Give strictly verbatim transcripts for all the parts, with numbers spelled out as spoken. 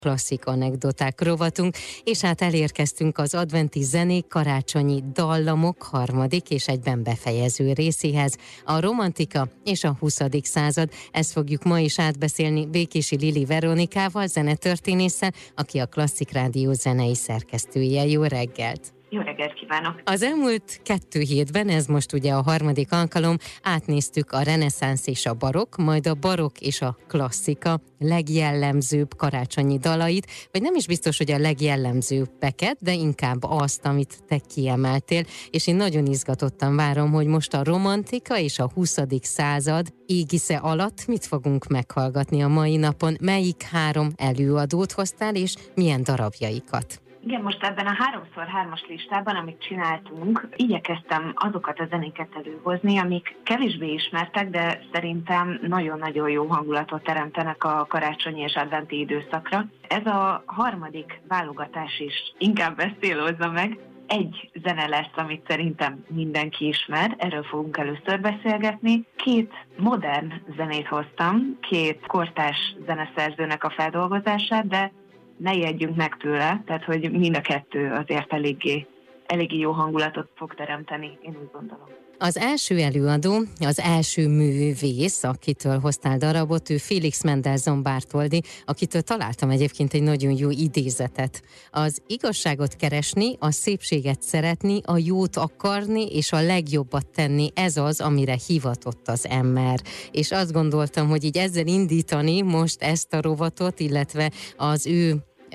klasszik anekdoták rovatunk, és hát elérkeztünk az adventi zenék, karácsonyi dallamok harmadik és egyben befejező részéhez, a romantika és a huszadik század. Ezt fogjuk ma is átbeszélni Békési Lili Veronikával, zenetörténésszel, aki a Klasszik Rádió zenei szerkesztője. Jó reggelt! Jó reggelt kívánok! Az elmúlt kettő hétben, ez most ugye a harmadik alkalom, átnéztük a reneszánsz és a barokk, majd a barokk és a klasszika legjellemzőbb karácsonyi dalait, vagy nem is biztos, hogy a legjellemzőbbeket, de inkább azt, amit te kiemeltél, és én nagyon izgatottan várom, hogy most a romantika és a huszadik század égisze alatt mit fogunk meghallgatni a mai napon, melyik három előadót hoztál, és milyen darabjaikat. Igen, most ebben a háromszor hármas listában, amit csináltunk, igyekeztem azokat a zenéket előhozni, amik kevésbé ismertek, de szerintem nagyon-nagyon jó hangulatot teremtenek a karácsonyi és adventi időszakra. Ez a harmadik válogatás is inkább ezt célozza meg. Egy zene lesz, amit szerintem mindenki ismer, erről fogunk először beszélgetni. Két modern zenét hoztam, két kortárs zeneszerzőnek a feldolgozását, de ne ijedjünk meg tőle, tehát hogy mind a kettő azért eléggé, eléggé jó hangulatot fog teremteni, én úgy gondolom. Az első előadó, az első művész, akitől hoztál darabot, ő Felix Mendelssohn Bartholdy, akitől találtam egyébként egy nagyon jó idézetet. Az igazságot keresni, a szépséget szeretni, a jót akarni és a legjobbat tenni, ez az, amire hivatott az ember. És azt gondoltam, hogy így ezzel indítani most ezt a rovatot, illetve az ő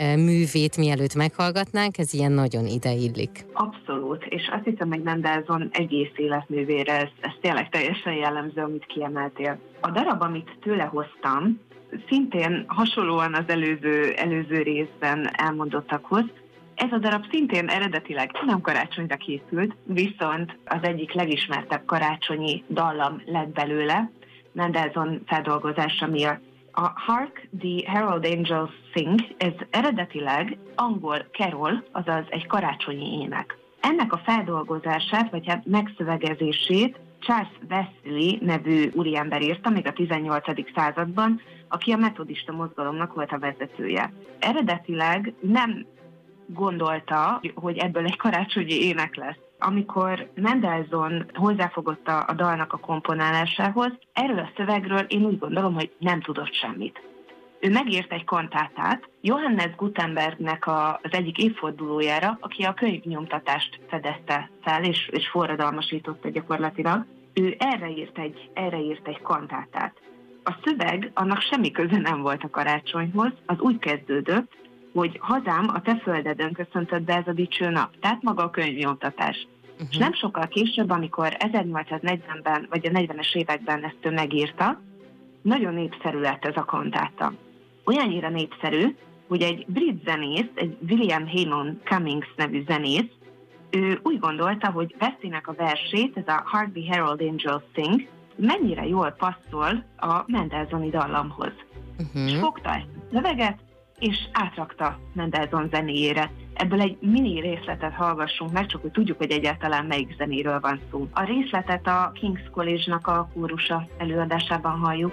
művét mielőtt meghallgatnánk, ez ilyen nagyon ideillik. Abszolút, és azt hiszem, hogy Mendelssohn egész életművére ez, ez tényleg teljesen jellemző, amit kiemeltél. A darab, amit tőle hoztam, szintén hasonlóan az előző, előző részben elmondottakhoz, ez a darab szintén eredetileg nem karácsonyra készült, viszont az egyik legismertebb karácsonyi dallam lett belőle, Mendelssohn feldolgozása miatt. A Hark the Herald Angels Sing, ez eredetileg angol carol, azaz egy karácsonyi ének. Ennek a feldolgozását, vagy hát megszövegezését Charles Wesley nevű úriember írta még a tizennyolcadik században, aki a metodista mozgalomnak volt a vezetője. Eredetileg nem gondolta, hogy ebből egy karácsonyi ének lesz. Amikor Mendelssohn hozzáfogott a, a dalnak a komponálásához, erről a szövegről én úgy gondolom, hogy nem tudott semmit. Ő megírt egy kantátát Johannes Gutenbergnek a, az egyik évfordulójára, aki a könyvnyomtatást fedezte fel és, és forradalmasította gyakorlatilag. Ő erre írt, egy, erre írt egy kantátát. A szöveg, annak semmi köze nem volt a karácsonyhoz, az úgy kezdődött, hogy hazám, a te földedön köszöntött be ez a dicső nap, tehát maga a könyvnyomtatás. Uh-huh. És nem sokkal később, amikor ezernyolcszáznegyvenben, vagy a negyvenes években ezt ő megírta, nagyon népszerű lett ez a kantáta. Olyannyira népszerű, hogy egy brit zenész, egy William Haymon Cummings nevű zenész, ő úgy gondolta, hogy Wesleynek a versét, ez a Hark the Herald Angels Sing, mennyire jól passzol a Mendelssohni dallamhoz. Uh-huh. És fogta ezt a szöveget, és átrakta Mendelssohn zenéjére. Ebből egy mini részletet hallgassunk meg, csak hogy tudjuk, hogy egyáltalán melyik zenéről van szó. A részletet a King's College-nak a kórusa előadásában halljuk.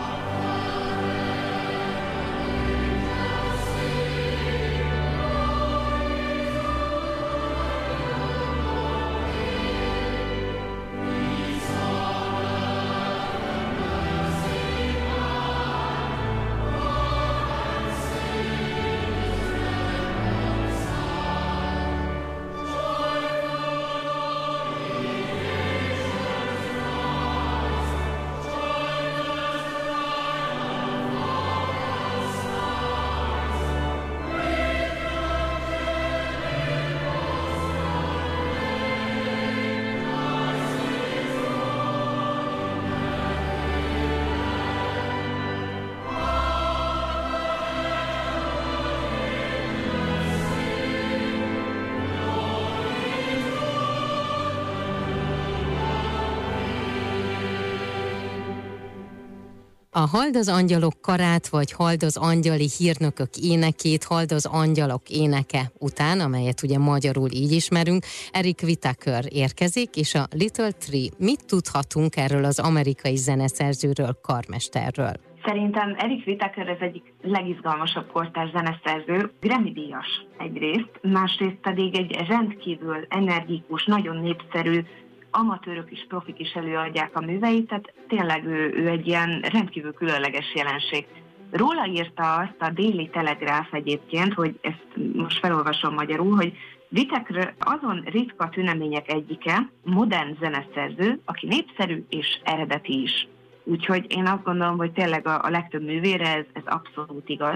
A Hald az angyalok karát, vagy Hald az angyali hírnökök énekét, Hald az angyalok éneke után, amelyet ugye magyarul így ismerünk, Eric Whitacre érkezik, és a Little Tree. Mit tudhatunk erről az amerikai zeneszerzőről, karmesterről? Szerintem Eric Whittaker az egyik legizgalmasabb kortárs zeneszerző, Grammy-díjas egyrészt, másrészt pedig egy rendkívül energikus, nagyon népszerű, amatőrök és profik is előadják a műveit, tehát tényleg ő, ő egy ilyen rendkívül különleges jelenség. Róla írta azt a Daily Telegraph egyébként, hogy ezt most felolvasom magyarul, hogy Whittaker azon ritka tünemények egyike, modern zeneszerző, aki népszerű és eredeti is. Úgyhogy én azt gondolom, hogy tényleg a, a legtöbb művére ez, ez abszolút igaz.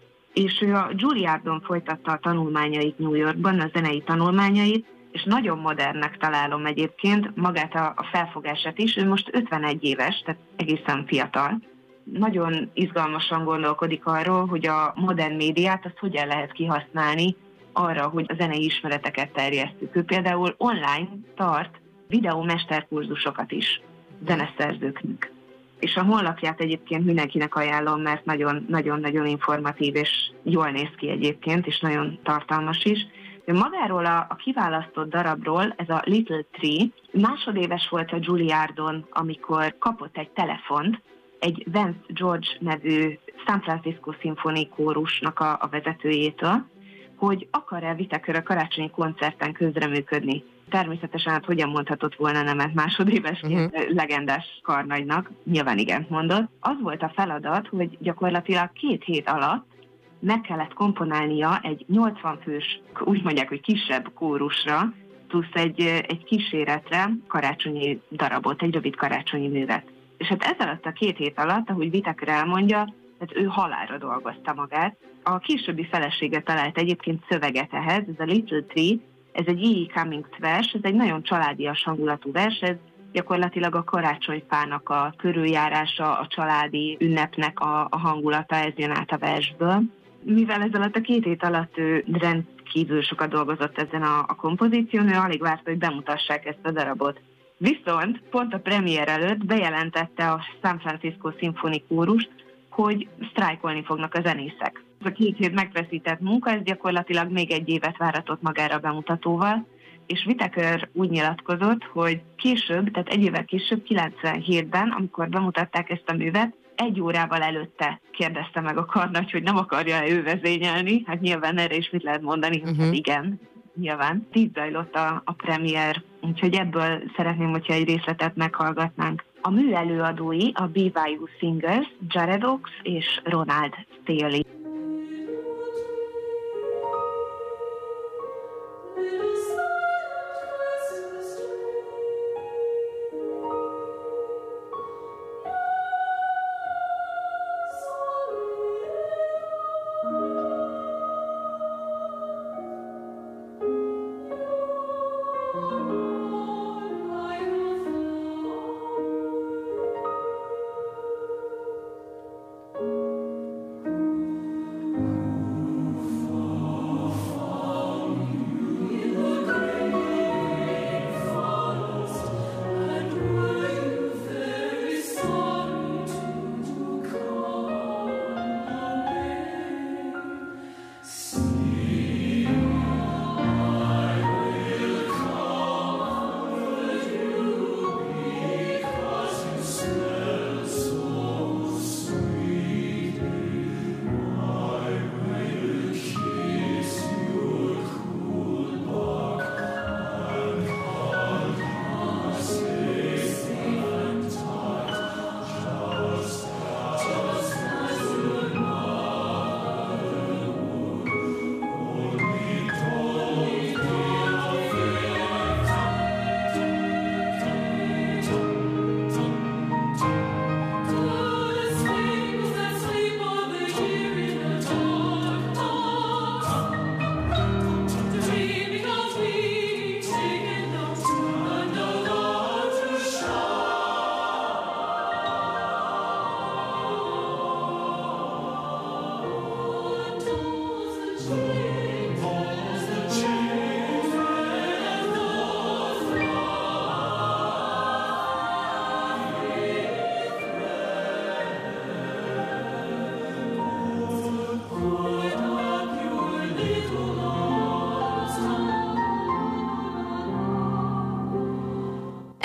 És ő a Juilliardon folytatta a tanulmányait New Yorkban, a zenei tanulmányait, és nagyon modernnek találom egyébként magát a, a felfogását is. Ő most ötvenegy éves, tehát egészen fiatal. Nagyon izgalmasan gondolkodik arról, hogy a modern médiát azt hogyan lehet kihasználni arra, hogy a zenei ismereteket terjesztjük. Ő például online tart videó mesterkurzusokat is zeneszerzőknek. És a honlapját egyébként mindenkinek ajánlom, mert nagyon-nagyon informatív, és jól néz ki egyébként, és nagyon tartalmas is. Magáról a, a kiválasztott darabról, ez a Little Tree, másodéves volt a Juilliardon, amikor kapott egy telefont egy Vance George nevű San Francisco Symphony kórusnak a, a vezetőjétől, hogy akar-e Whittaker a karácsonyi koncerten közreműködni. Természetesen hát hogyan mondhatott volna nemet másodévesként uh-huh. legendás karnagynak, nyilván igent mondott. Az volt a feladat, hogy gyakorlatilag két hét alatt meg kellett komponálnia egy nyolcvan fős, úgy mondják, hogy kisebb kórusra, plusz egy, egy kíséretre karácsonyi darabot, egy rövid karácsonyi művet. És hát ez alatt a két hét alatt, ahogy Whittaker elmondja, tehát ő halálra dolgozta magát. A későbbi felesége talált egyébként szöveget ehhez, ez a Little Tree, ez egy E E. Cummings vers, ez egy nagyon családias hangulatú vers, ez gyakorlatilag a karácsonyfának a körüljárása, a családi ünnepnek a, a hangulata, ez jön át a versből. Mivel ez alatt a két hét alatt ő rendkívül sokat dolgozott ezen a, a kompozíción, ő alig várta, hogy bemutassák ezt a darabot. Viszont pont a premier előtt bejelentette a San Francisco Symphony kórus, hogy sztrájkolni fognak a zenészek. A két hét megfeszített munka, ez gyakorlatilag még egy évet váratott magára a bemutatóval, és Whittaker úgy nyilatkozott, hogy később, tehát egy évvel később, kilencvenhétben, amikor bemutatták ezt a művet, egy órával előtte kérdezte meg a karnagy, hogy nem akarja ő vezényelni. Hát nyilván erre is mit lehet mondani, hogy uh-huh. igen, nyilván. Így zajlott a, a premier, úgyhogy ebből szeretném, hogyha egy részletet meghallgatnánk. A mű előadói a B Y U Singers, Jared Oaks és Ronald Staley.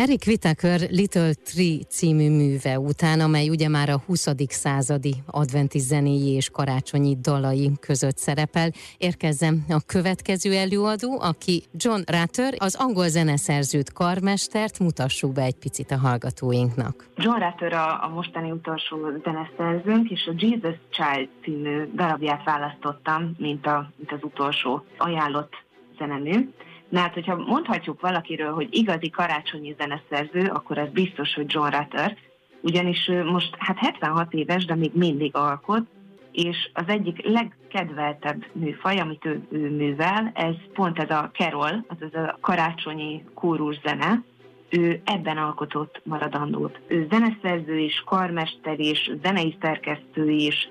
Eric Whittaker Little Tree című műve után, amely ugye már a huszadik századi adventi zenéi és karácsonyi dalai között szerepel, érkezzen a következő előadó, aki John Rutter, az angol zeneszerzőt, karmestert mutassuk be egy picit a hallgatóinknak. John Rutter a, a mostani utolsó zeneszerzőnk, és a Jesus Child című darabját választottam, mint, a, mint az utolsó ajánlott zenemű. Mert hogyha mondhatjuk valakiről, hogy igazi karácsonyi zeneszerző, akkor az biztos, hogy John Rutter, ugyanis ő most hát hetvenhat éves, de még mindig alkot, és az egyik legkedveltebb műfaj, amit ő, ő művel, ez pont ez a carol, azaz a karácsonyi kórus zene. Ő ebben alkotott maradandót. Ő zeneszerző is, karmester is, zenei szerkesztő is,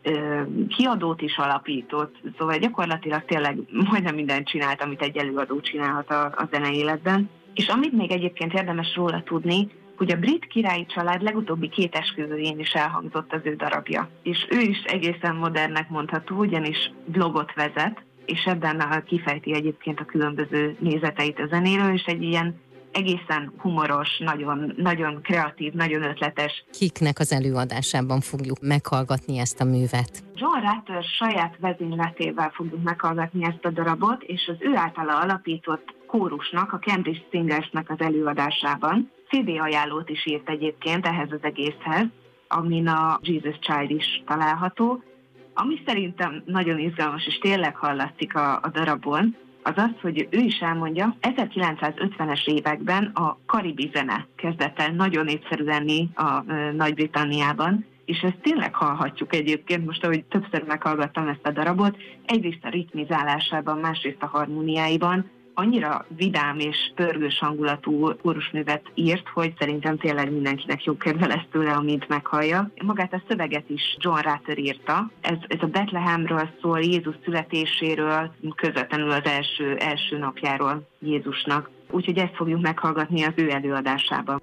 kiadót is alapított, szóval gyakorlatilag tényleg majdnem mindent csinált, amit egy előadó csinálhat a, a zenei életben. És amit még egyébként érdemes róla tudni, hogy a brit királyi család legutóbbi két esküvőjén is elhangzott az ő darabja. És ő is egészen modernnek mondható, ugyanis blogot vezet, és ebben kifejti egyébként a különböző nézeteit a zenéről, és egy ilyen egészen humoros, nagyon, nagyon kreatív, nagyon ötletes. Kiknek az előadásában fogjuk meghallgatni ezt a művet? John Rutter saját vezényletével fogjuk meghallgatni ezt a darabot, és az ő általa alapított kórusnak, a Cambridge Singersnek az előadásában. cé dé ajánlót is írt egyébként ehhez az egészhez, amin a Jesus Child is található. Ami szerintem nagyon izgalmas, és tényleg hallatszik a, a darabon, az az, hogy ő is elmondja, ezerkilencszázötvenes években a karibi zene kezdett el nagyon népszerű lenni a e, Nagy-Britanniában, és ezt tényleg hallhatjuk egyébként, most ahogy többször meghallgattam ezt a darabot, egyrészt a ritmizálásában, másrészt a harmóniáiban, annyira vidám és pörgős hangulatú kórusművet írt, hogy szerintem tényleg mindenkinek jó kedve lesz tőle, amint meghallja. Magát a szöveget is John Rutter írta. Ez, ez a Betlehemről szól, Jézus születéséről, közvetlenül az első, első napjáról Jézusnak. Úgyhogy ezt fogjuk meghallgatni az ő előadásában.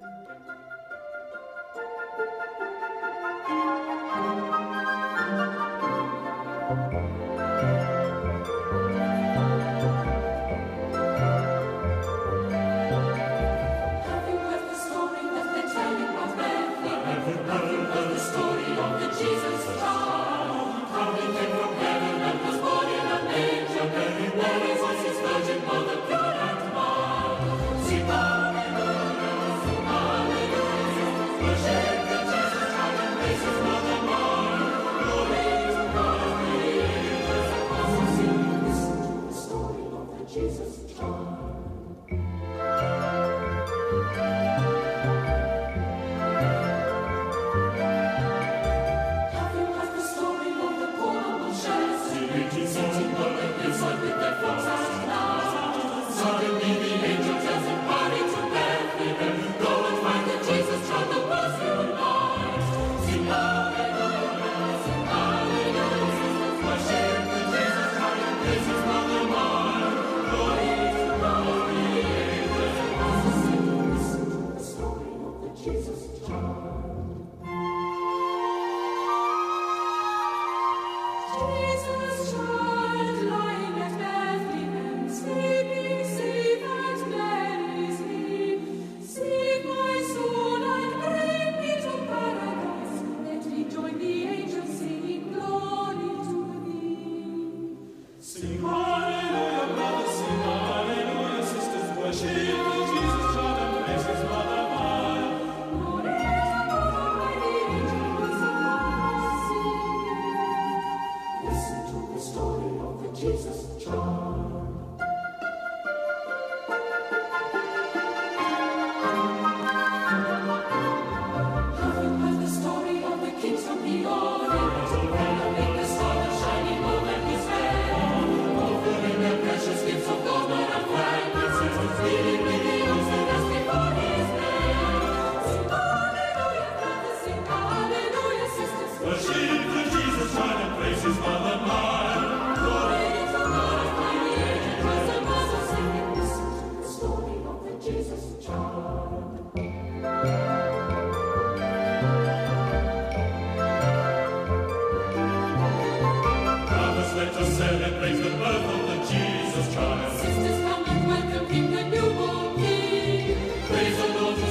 Sisters, come and welcome King, the newborn King. Praise the Lord.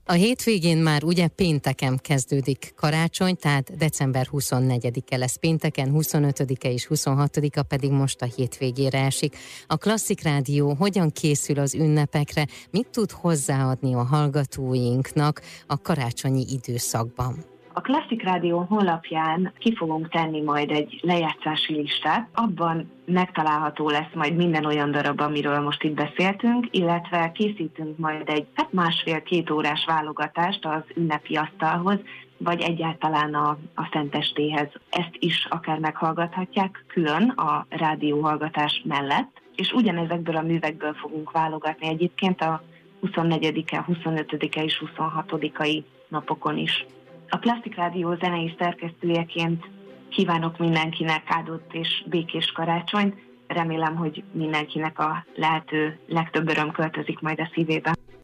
A hétvégén már ugye pénteken kezdődik karácsony, tehát december huszonnegyedike lesz pénteken, huszonötödike és huszonhatodika pedig most a hétvégére esik. A Klasszik Rádió hogyan készül az ünnepekre, mit tud hozzáadni a hallgatóinknak a karácsonyi időszakban? A Klasszik Rádió honlapján ki fogunk tenni majd egy lejátszási listát, abban megtalálható lesz majd minden olyan darab, amiről most itt beszéltünk, illetve készítünk majd egy hát másfél-két órás válogatást az ünnepi asztalhoz, vagy egyáltalán a, a szentestéhez. Ezt is akár meghallgathatják külön a rádióhallgatás mellett, és ugyanezekből a művekből fogunk válogatni egyébként a huszonnegyedike, huszonötödike és huszonhatodikai napokon is. A Klasszik Rádió zenei szerkesztőjeként kívánok mindenkinek áldott és békés karácsonyt. Remélem, hogy mindenkinek a lehető legtöbb öröm költözik majd a szívébe.